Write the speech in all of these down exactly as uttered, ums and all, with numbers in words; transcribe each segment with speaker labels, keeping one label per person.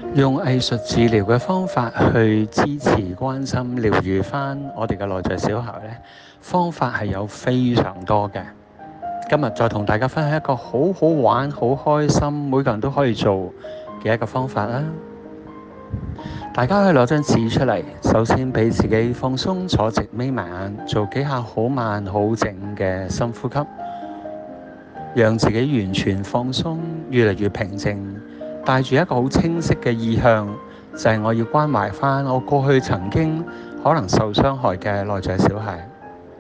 Speaker 1: 用藝術治療嘅方法去支持、關心、療癒翻我哋嘅內在小孩咧，方法係有非常多嘅。今日再同大家分享一個好好玩、好開心，每個人都可以做嘅一個方法啦。大家可以攞張紙出嚟，首先俾自己放鬆坐直，眯埋眼，做幾下好慢、好靜嘅深呼吸，讓自己完全放鬆，越嚟越平靜。帶住一個好清晰嘅意向，就係我要關懷翻我過去曾經可能受傷害嘅內在小孩，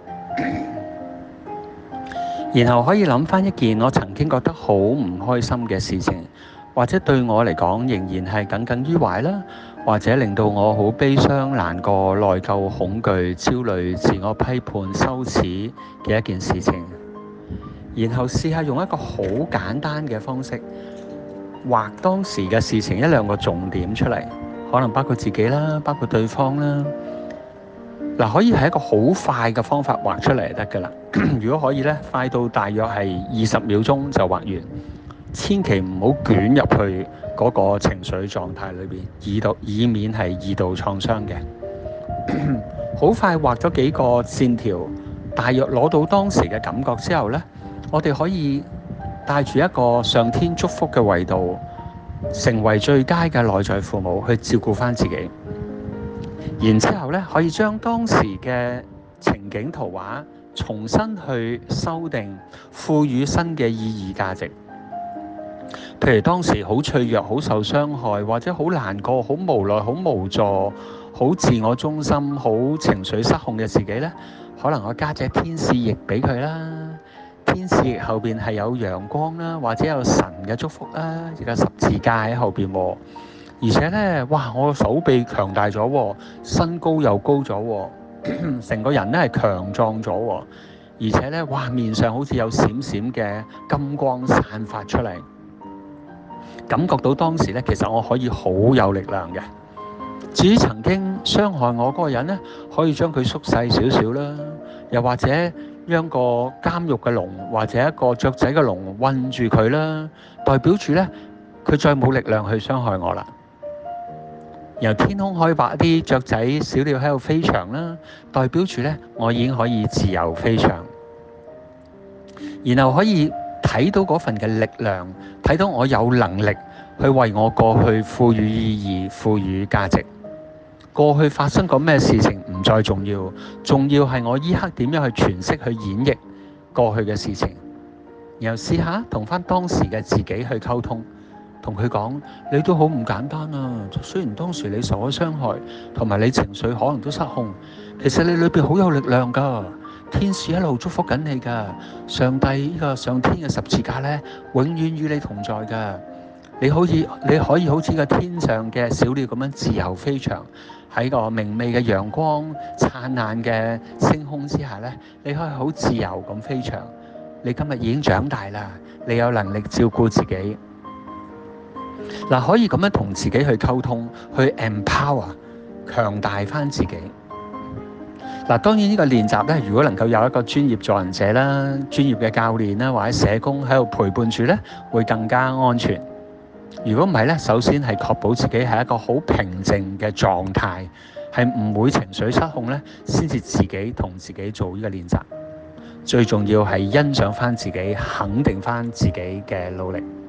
Speaker 1: 然後可以諗翻一件我曾經覺得好唔開心嘅事情，或者對我嚟講仍然係耿耿於懷啦，或者令到我好悲傷、難過、內疚、恐懼、焦慮、自我批判、羞恥嘅一件事情，然後試下用一個好簡單嘅方式畫當時嘅事情一兩個重點出嚟，可能包括自己啦，包括對方啦。嗱，可以係一個好快嘅方法畫出嚟就得㗎啦。如果可以咧，快到大約係二十秒鐘就畫完，千祈唔好捲入去嗰個情緒狀態裏邊，以到以免係二度創傷嘅。好快畫咗幾個線條，大約攞到當時嘅感覺之後咧，我哋可以帶住一個上天祝福嘅維度，成為最佳嘅內在父母去照顧翻自己。然之後咧，可以將當時嘅情景圖畫重新去修訂，賦予新嘅意義價值。譬如當時好脆弱、好受傷害，或者好難過、好無奈、好無助、好自我中心、好情緒失控嘅自己咧，可能我加隻天使翼俾佢啦。天使翼後邊係有陽光啦，或者有神嘅祝福啦，有個十字架喺後邊喎。而且咧，哇！我手臂強大咗喎，身高又高咗喎，成個人咧係強壯咗喎。而且咧，哇！面上好似有閃閃嘅金光散發出嚟，感覺到當時咧，其實我可以好有力量嘅。至於曾經傷害我嗰個人咧，可以將佢縮細少少啦，又或者將個監獄嘅籠或者一個雀仔嘅籠韞住佢啦，代表住咧佢再冇力量去傷害我啦。由天空可以畫一啲雀仔小鳥喺度飛翔啦，代表住咧我已經可以自由飛翔。然後可以睇到嗰份嘅力量，睇到我有能力去為我過去賦予意義、賦予價值。過去發生過咩事情唔再重要，重要係我依刻點樣去詮釋、去演繹過去嘅事情。然後試下同翻當時嘅自己去溝通，同佢講：你都好唔簡單啊！雖然當時你受咗傷害，同埋你情緒可能都失控，其實你裏邊好有力量㗎。天使一路祝福緊你㗎，上帝呢個上天嘅十字架咧，永遠與你同在㗎。你可以你可以好似個天上嘅小鳥咁樣自由飛翔，喺個明媚嘅陽光、燦爛嘅星空之下咧，你可以好自由咁飛翔。你今日已經長大啦，你有能力照顧自己。嗱，可以咁樣同自己去溝通，去 empower 強大翻自己。嗱，當然呢個練習咧，如果能夠有一個專業助人者啦、專業嘅教練啦或者社工喺度陪伴住咧，會更加安全。如果唔係咧，首先係確保自己係一個好平靜嘅狀態，係唔會情緒失控咧，先至自己同自己做呢個練習。最重要係欣賞翻自己，肯定翻自己嘅努力。